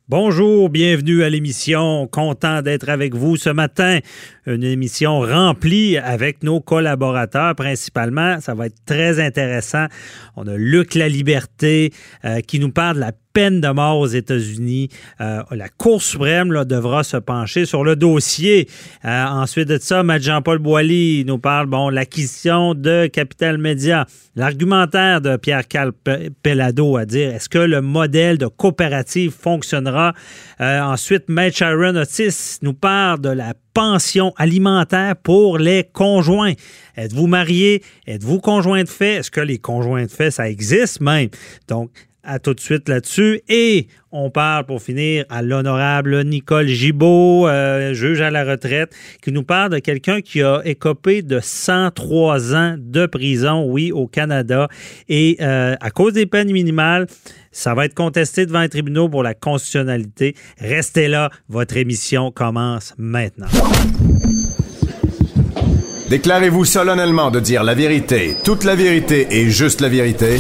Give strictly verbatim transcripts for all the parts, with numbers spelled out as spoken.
Bonjour, bienvenue à l'émission. Content d'être avec vous ce matin. Une émission remplie avec nos collaborateurs principalement. Ça va être très intéressant. On a Luc Laliberté euh, qui nous parle de la peine de mort aux États-Unis. Euh, la Cour suprême là, devra se pencher sur le dossier. Euh, ensuite de ça, Maître Jean-Paul Boilly nous parle bon, l'acquisition de Capital Média. L'argumentaire de Pierre-Carl Pellado à dire est-ce que le modèle de coopérative fonctionnera? Euh, ensuite, Maître Sharon Otis nous parle de la pension alimentaire pour les conjoints. Êtes-vous marié? Êtes-vous conjoint de fait? Est-ce que les conjoints de fait, ça existe même? Donc, à tout de suite là-dessus. Et on parle, pour finir, à l'honorable Nicole Gibault, euh, juge à la retraite, qui nous parle de quelqu'un qui a écopé de cent trois ans de prison, oui, au Canada. Et euh, à cause des peines minimales, ça va être contesté devant les tribunaux pour la constitutionnalité. Restez là, votre émission commence maintenant. Déclarez-vous solennellement de dire la vérité, toute la vérité et juste la vérité.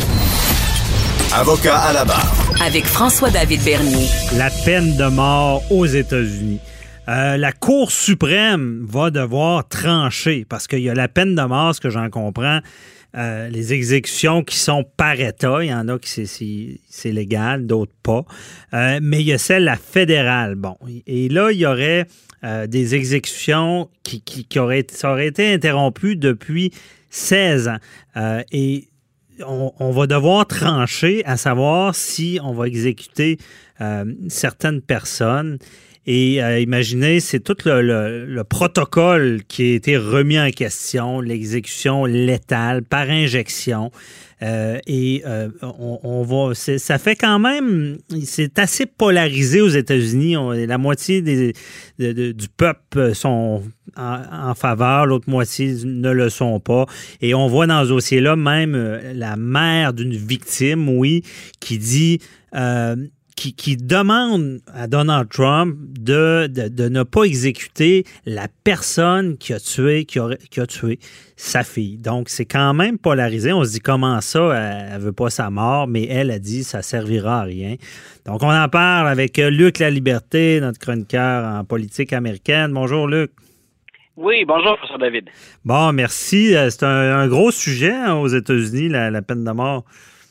Avocat à la barre. Avec François-David Bernier. La peine de mort aux États-Unis. Euh, la Cour suprême va devoir trancher parce qu'il y a la peine de mort, ce que j'en comprends, euh, les exécutions qui sont par État. Il y en a qui c'est, c'est, c'est légal, d'autres pas. Euh, mais il y a celle, la fédérale. Bon, et là, il y aurait euh, des exécutions qui, qui, qui auraient, ça aurait été interrompu depuis seize ans. Euh, et On, on va devoir trancher à savoir si on va exécuter euh, certaines personnes. Et euh, imaginez, c'est tout le, le, le protocole qui a été remis en question, l'exécution létale par injection. Euh, et euh, on, on va, c'est, ça fait quand même, c'est assez polarisé aux États-Unis. On, la moitié des, de, de, du peuple sont en, en faveur, l'autre moitié ne le sont pas. Et on voit dans ce dossier-là même euh, la mère d'une victime, oui, qui dit... Euh, Qui, qui demande à Donald Trump de, de, de ne pas exécuter la personne qui a tué, qui a, qui a tué sa fille. Donc, c'est quand même polarisé. On se dit comment ça, elle ne veut pas sa mort, mais elle a dit ça ne servira à rien. Donc, on en parle avec Luc Laliberté, notre chroniqueur en politique américaine. Bonjour, Luc. Oui, bonjour, François David. Bon, merci. C'est un, un gros sujet hein, aux États-Unis, la, la peine de mort.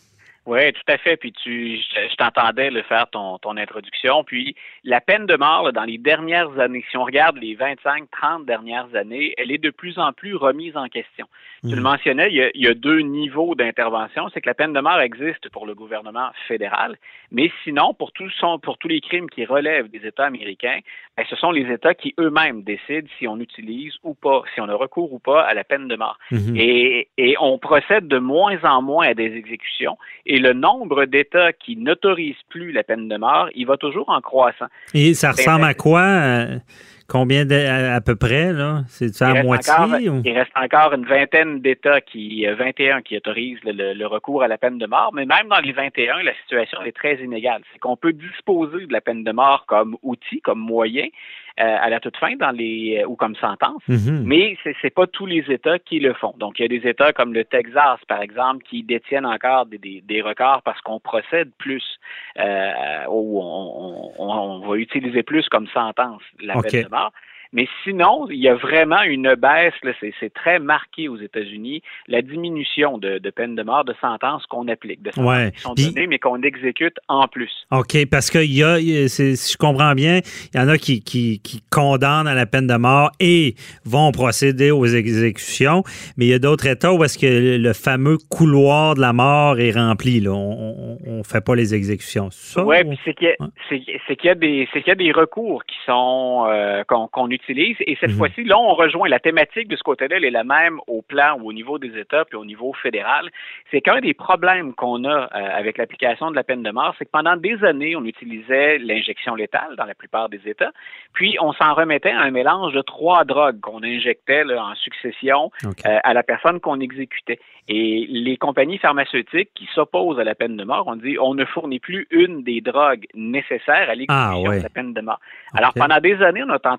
Oui, tout à fait. Puis tu, je, je t'entendais le faire ton, ton introduction. Puis la peine de mort, là, dans les dernières années, si on regarde les vingt-cinq trente dernières années, elle est de plus en plus remise en question. Mmh. Tu le mentionnais, il y, a, il y a deux niveaux d'intervention. C'est que la peine de mort existe pour le gouvernement fédéral, mais sinon, pour, tout son, pour tous les crimes qui relèvent des États américains, ben, ce sont les États qui eux-mêmes décident si on utilise ou pas, si on a recours ou pas à la peine de mort. Mmh. Et, et on procède de moins en moins à des exécutions. Et le nombre d'États qui n'autorisent plus la peine de mort, il va toujours en croissant. Et ça ressemble à quoi? Euh, combien de, à, à peu près? Là? C'est-tu à moitié? Encore, ou? Il reste encore une vingtaine d'États, qui, vingt et un qui autorisent le, le, le recours à la peine de mort, mais même dans les vingt et un, la situation est très inégale. C'est qu'on peut disposer de la peine de mort comme outil, comme moyen, euh, à la toute fin, dans les ou comme sentence, mm-hmm. mais c'est, c'est pas tous les États qui le font. Donc, il y a des États comme le Texas, par exemple, qui détiennent encore des, des, des records parce qu'on procède plus, euh, ou on, on, on va utiliser plus comme sentence la okay. peine de mort. Mais sinon, il y a vraiment une baisse, là, c'est, c'est très marqué aux États-Unis, la diminution de, de peine de mort, de sentences qu'on applique, de sentences ouais. qui sont données, Puis, mais qu'on exécute en plus. OK, parce qu'il y a, c'est, si je comprends bien, il y en a qui, qui, qui condamnent à la peine de mort et vont procéder aux exécutions, mais il y a d'autres États où est-ce que le fameux couloir de la mort est rempli, là. On ne fait pas les exécutions. Oui, puis c'est qu'il y a, ouais. c'est, c'est qu'il y a des, c'est qu'il y a des recours qui sont, euh, qu'on, qu'on utilise. Et cette mmh. fois-ci, là, on rejoint la thématique de ce côté-là, elle est la même au plan ou au niveau des États puis au niveau fédéral. C'est qu'un des problèmes qu'on a euh, avec l'application de la peine de mort, c'est que pendant des années, on utilisait l'injection létale dans la plupart des États, puis on s'en remettait à un mélange de trois drogues qu'on injectait là, en succession okay. euh, à la personne qu'on exécutait. Et les compagnies pharmaceutiques qui s'opposent à la peine de mort, on dit on ne fournit plus une des drogues nécessaires à l'exécution ah, ouais. de la peine de mort. Alors, okay. pendant des années, on a tenté de trouver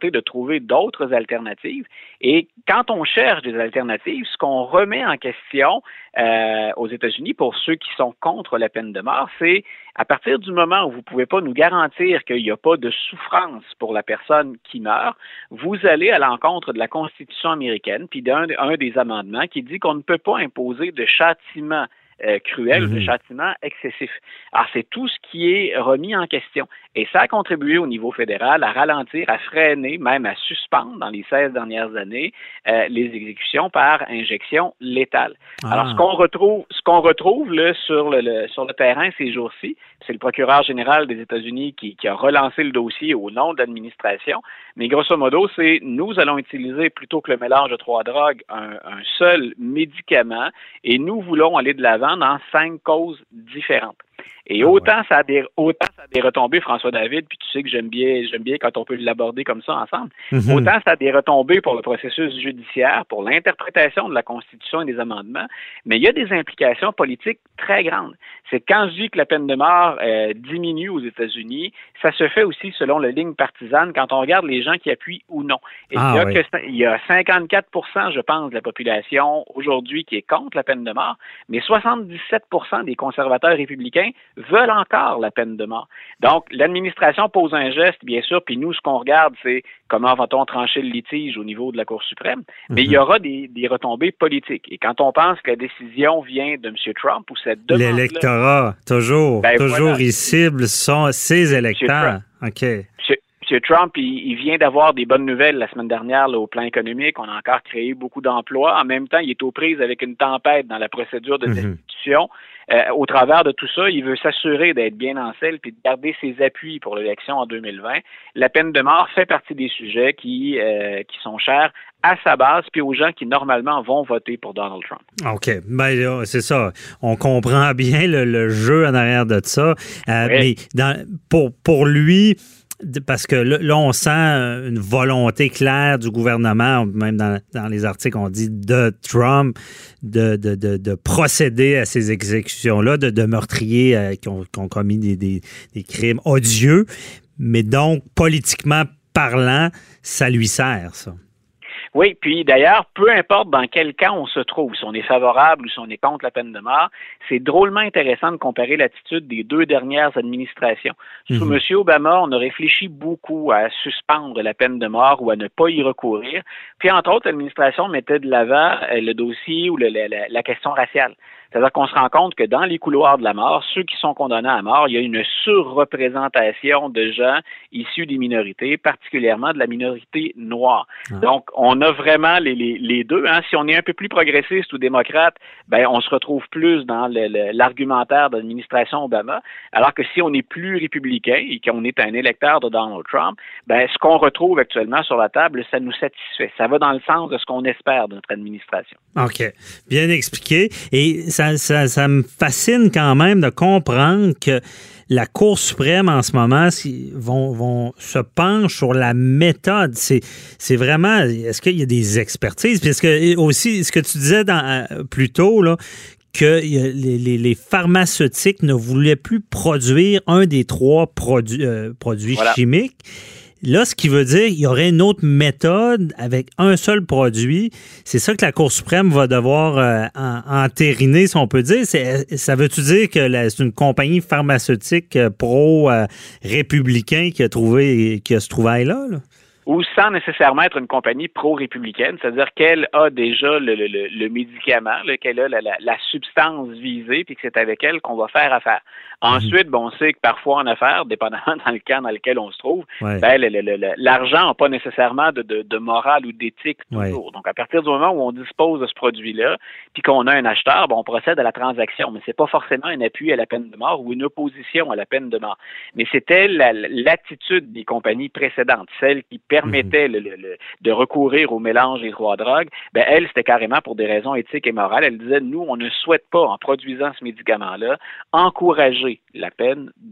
trouver d'autres alternatives. Et quand on cherche des alternatives, ce qu'on remet en question euh, aux États-Unis, pour ceux qui sont contre la peine de mort, c'est à partir du moment où vous ne pouvez pas nous garantir qu'il n'y a pas de souffrance pour la personne qui meurt, vous allez à l'encontre de la Constitution américaine, puis d'un un des amendements qui dit qu'on ne peut pas imposer de châtiment Euh, cruel, mmh. de châtiment excessif. Alors, c'est tout ce qui est remis en question. Et ça a contribué au niveau fédéral à ralentir, à freiner, même à suspendre dans les seize dernières années euh, les exécutions par injection létale. Ah. Alors, ce qu'on retrouve, ce qu'on retrouve là, sur, le, le, sur le terrain ces jours-ci, c'est le procureur général des États-Unis qui, qui a relancé le dossier au nom de l'administration. Mais grosso modo, c'est nous allons utiliser plutôt que le mélange de trois drogues un, un seul médicament et nous voulons aller de l'avant dans cinq causes différentes. Et ah autant, ouais. ça a des, autant ça a des retombées, François David, puis tu sais que j'aime bien, j'aime bien quand on peut l'aborder comme ça ensemble, mm-hmm. autant ça a des retombées pour le processus judiciaire, pour l'interprétation de la Constitution et des amendements, mais il y a des implications politiques très grandes. C'est quand je dis que la peine de mort euh, diminue aux États-Unis, ça se fait aussi selon la ligne partisane quand on regarde les gens qui appuient ou non. Et ah, il, y a oui. que, il y a cinquante-quatre pour cent, je pense, de la population aujourd'hui qui est contre la peine de mort, mais soixante-dix-sept pour cent des conservateurs républicains veulent encore la peine de mort. Donc, l'administration pose un geste, bien sûr, puis nous, ce qu'on regarde, c'est comment va-t-on trancher le litige au niveau de la Cour suprême, mais mm-hmm. il y aura des, des retombées politiques. Et quand on pense que la décision vient de M. Trump ou cette demande l'électorat, toujours, ben toujours, voilà. il cible son, ses électeurs. OK. M. Trump, il, il vient d'avoir des bonnes nouvelles la semaine dernière là, au plan économique. On a encore créé beaucoup d'emplois. En même temps, il est aux prises avec une tempête dans la procédure de mm-hmm. destitution. Euh, au travers de tout ça, il veut s'assurer d'être bien en selle puis de garder ses appuis pour l'élection en deux mille vingt. La peine de mort fait partie des sujets qui, euh, qui sont chers à sa base puis aux gens qui, normalement, vont voter pour Donald Trump. OK. Ben, c'est ça. On comprend bien le, le jeu en arrière de ça. Euh, oui. Mais dans, pour, pour lui... Parce que là, là, on sent une volonté claire du gouvernement, même dans, dans les articles, on dit de Trump, de, de, de, de procéder à ces exécutions-là, de, de meurtriers euh, qui, ont, qui ont commis des, des, des crimes odieux. Mais donc, politiquement parlant, ça lui sert, ça. Oui, puis d'ailleurs, peu importe dans quel camp on se trouve, si on est favorable ou si on est contre la peine de mort, c'est drôlement intéressant de comparer l'attitude des deux dernières administrations. Mm-hmm. Sous M. Obama, on a réfléchi beaucoup à suspendre la peine de mort ou à ne pas y recourir. Puis, entre autres, l'administration mettait de l'avant le dossier ou le, la, la question raciale. C'est-à-dire qu'on se rend compte que dans les couloirs de la mort, ceux qui sont condamnés à mort, il y a une surreprésentation de gens issus des minorités, particulièrement de la minorité noire. Ah. Donc, on a vraiment les, les, les deux. Hein. Si on est un peu plus progressiste ou démocrate, ben on se retrouve plus dans le, le, l'argumentaire de l'administration Obama, alors que si on est plus républicain et qu'on est un électeur de Donald Trump, ben ce qu'on retrouve actuellement sur la table, ça nous satisfait. Ça va dans le sens de ce qu'on espère de notre administration. OK. Bien expliqué. Et Ça, ça, ça me fascine quand même de comprendre que la Cour suprême, en ce moment, vont, vont se penche sur la méthode. C'est, c'est vraiment... Est-ce qu'il y a des expertises? Puis est-ce que, aussi, ce que tu disais dans, plus tôt, là, que les, les, les pharmaceutiques ne voulaient plus produire un des trois produ- euh, produits voilà. chimiques. Là, ce qui veut dire qu'il y aurait une autre méthode avec un seul produit. C'est ça que la Cour suprême va devoir euh, en, entériner, si on peut dire. C'est, ça veut-tu dire que la, c'est une compagnie pharmaceutique euh, pro-républicain euh, qui a trouvé, qui a ce trouvaille-là, là? Ou sans nécessairement être une compagnie pro-républicaine, c'est-à-dire qu'elle a déjà le, le, le médicament, là, qu'elle a la, la, la substance visée, puis que c'est avec elle qu'on va faire affaire. Ensuite, bon, on sait que parfois en affaires, dépendamment dans le camp dans lequel on se trouve, ouais. ben, le, le, le, l'argent n'a pas nécessairement de, de, de morale ou d'éthique toujours. Ouais. Donc, à partir du moment où on dispose de ce produit-là, puis qu'on a un acheteur, bon, on procède à la transaction, mais c'est pas forcément un appui à la peine de mort ou une opposition à la peine de mort. Mais c'était la, l'attitude des compagnies précédentes, celles qui permettait le, le, le, de recourir au mélange des trois drogues, ben elle, c'était carrément pour des raisons éthiques et morales. Elle disait, nous, on ne souhaite pas, en produisant ce médicament-là, encourager la peine de mort.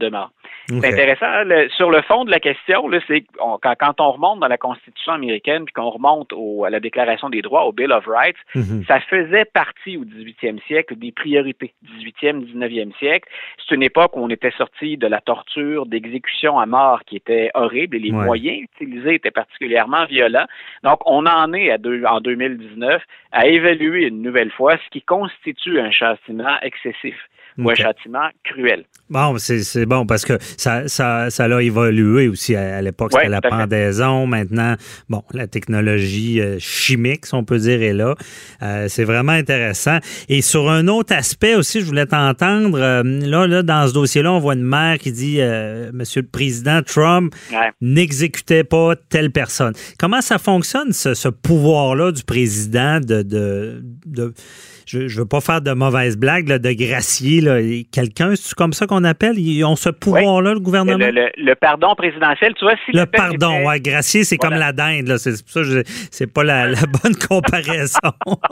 Okay. C'est intéressant. Hein, le, sur le fond de la question, là, c'est on, quand, quand on remonte dans la Constitution américaine puis qu'on remonte au, à la Déclaration des droits, au Bill of Rights, mm-hmm. ça faisait partie au dix-huitième siècle des priorités. dix-huitième, dix-neuvième siècle. C'est une époque où on était sorti de la torture, d'exécution à mort qui était horrible et les ouais. moyens utilisés étaient particulièrement violents. Donc, on en est à deux, en deux mille dix-neuf à évaluer une nouvelle fois ce qui constitue un châtiment excessif. Okay. Ou un châtiment cruel. Bon, c'est, c'est bon parce que ça, ça, ça a évolué aussi à, à l'époque. Ouais, c'était la pendaison. Maintenant, bon, la technologie euh, chimique, si on peut dire, est là. Euh, c'est vraiment intéressant. Et sur un autre aspect aussi, je voulais t'entendre. Euh, là, là, dans ce dossier-là, on voit une mère qui dit euh, Monsieur le Président Trump ouais. n'exécutait pas telle personne. Comment ça fonctionne, ce, ce pouvoir-là du président de... de, de je ne veux pas faire de mauvaises blagues, là, de gracier là, quelqu'un, c'est comme ça qu'on appelle? Ils ont ce pouvoir-là, oui. le gouvernement? Le, le, le pardon présidentiel, tu vois, si le pardon, était... oui, gracier, c'est voilà. comme la dinde, là, c'est pour ça que je, c'est pas la, la bonne comparaison.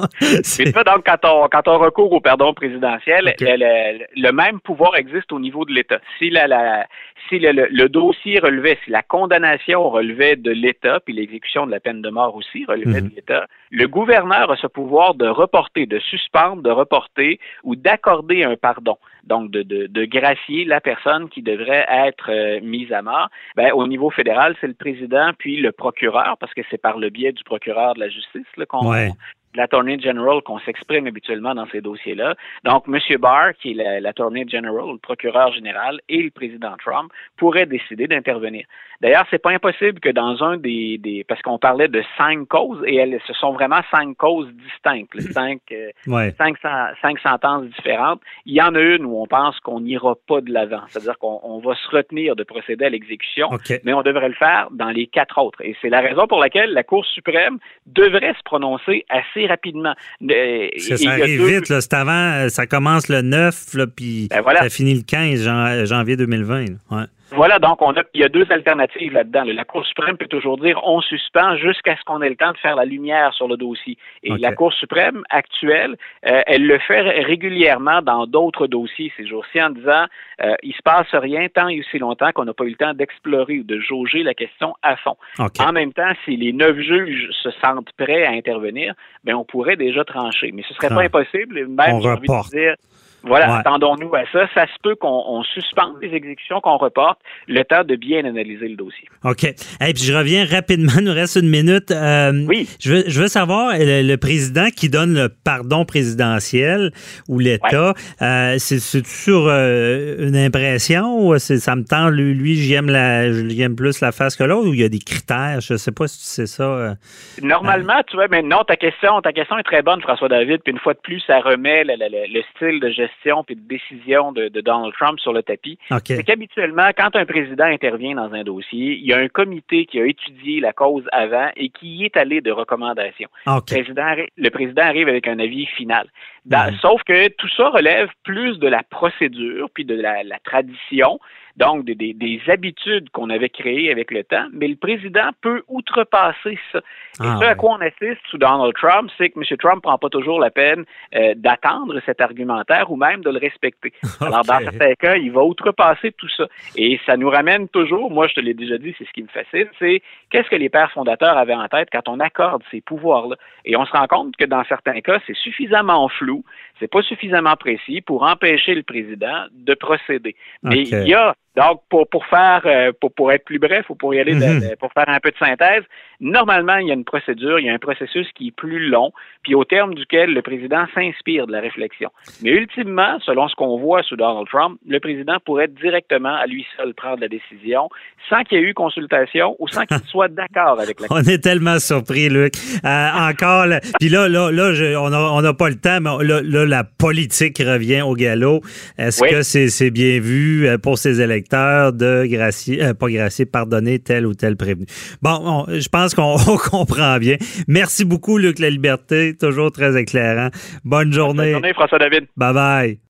c'est ça, donc, quand on, quand on recourt au pardon présidentiel, okay. le, le, le même pouvoir existe au niveau de l'État. Si la, la si le, le, le dossier relevait, si la condamnation relevait de l'État, puis l'exécution de la peine de mort aussi relevait mm-hmm. de l'État, le gouverneur a ce pouvoir de reporter, de suspendre, de reporter ou d'accorder un pardon. Donc, de, de, de gracier la personne qui devrait être euh, mise à mort. Ben, au niveau fédéral, c'est le président puis le procureur, parce que c'est par le biais du procureur de la justice là, qu'on... Ouais. l'Attorney General qu'on s'exprime habituellement dans ces dossiers-là. Donc, M. Barr, qui est l'Attorney General, le procureur général, et le président Trump pourraient décider d'intervenir. D'ailleurs, c'est pas impossible que dans un des... des parce qu'on parlait de cinq causes, et elles, ce sont vraiment cinq causes distinctes, là, cinq, euh, ouais. cinq, cinq sentences différentes. Il y en a une où on pense qu'on n'ira pas de l'avant, c'est-à-dire qu'on on va se retenir de procéder à l'exécution, okay. mais on devrait le faire dans les quatre autres. Et c'est la raison pour laquelle la Cour suprême devrait se prononcer assez rapidement. Euh, ça, ça arrive deux... vite, là. C'est avant, ça commence le neuf, là, puis ben voilà. ça finit le quinze janvier deux mille vingt. Ouais. Voilà, donc on a, il y a deux alternatives là-dedans. La Cour suprême peut toujours dire on suspend jusqu'à ce qu'on ait le temps de faire la lumière sur le dossier. Et okay. la Cour suprême actuelle, euh, elle le fait régulièrement dans d'autres dossiers ces jours-ci en disant euh, il se passe rien tant et aussi longtemps qu'on n'a pas eu le temps d'explorer ou de jauger la question à fond. Okay. En même temps, si les neuf juges se sentent prêts à intervenir, ben on pourrait déjà trancher. Mais ce serait pas impossible. Même, j'ai envie de dire, voilà, ouais. attendons-nous à ça. Ça se peut qu'on on suspende les exécutions, qu'on reporte, le temps de bien analyser le dossier. OK. Et hey, puis je reviens rapidement, il nous reste une minute. Euh, oui. Je veux, je veux savoir, le, le président qui donne le pardon présidentiel ou l'État, ouais. euh, c'est, c'est sur euh, une impression ou c'est, ça me tend, lui, lui j'aime, la, j'aime plus la face que l'autre ou il y a des critères? Je ne sais pas si c'est ça. Euh, Normalement, euh, tu vois, mais non, ta question, ta question est très bonne, François-David, puis une fois de plus, ça remet le, le, le, le style de gestion puis de décision de, de Donald Trump sur le tapis. Okay. C'est qu'habituellement, quand un président intervient dans un dossier, il y a un comité qui a étudié la cause avant et qui y est allé de recommandations. Okay. Le, président, le président arrive avec un avis final. Dans, mmh. Sauf que tout ça relève plus de la procédure puis de la, la tradition, donc des, des, des habitudes qu'on avait créées avec le temps, mais le président peut outrepasser ça. Et ah, ce ouais. à quoi on assiste sous Donald Trump, c'est que M. Trump prend pas toujours la peine euh, d'attendre cet argumentaire ou même de le respecter. Okay. Alors, dans certains cas, il va outrepasser tout ça. Et ça nous ramène toujours, moi je te l'ai déjà dit, c'est ce qui me fascine, c'est qu'est-ce que les pères fondateurs avaient en tête quand on accorde ces pouvoirs-là. Et on se rend compte que dans certains cas, c'est suffisamment flou, c'est pas suffisamment précis pour empêcher le président de procéder. Mais okay. il y a Donc, pour, pour faire, pour, pour être plus bref ou pour y aller, de, pour faire un peu de synthèse, normalement, il y a une procédure, il y a un processus qui est plus long, puis au terme duquel le président s'inspire de la réflexion. Mais ultimement, selon ce qu'on voit sous Donald Trump, le président pourrait directement, à lui seul, prendre la décision sans qu'il y ait eu consultation ou sans qu'il soit d'accord avec la On est tellement surpris, Luc. Euh, encore, là, puis là, là, là je, on n'a on a pas le temps, mais là, là, la politique revient au galop. Est-ce oui. que c'est, c'est bien vu pour ces électeurs de gracier, euh, pas gracier, pardonner tel ou tel prévenu? Bon, on, je pense qu'on on comprend bien. Merci beaucoup, Luc La Liberté. Toujours très éclairant. Bonne journée. Bonne journée, François-David. Bye-bye.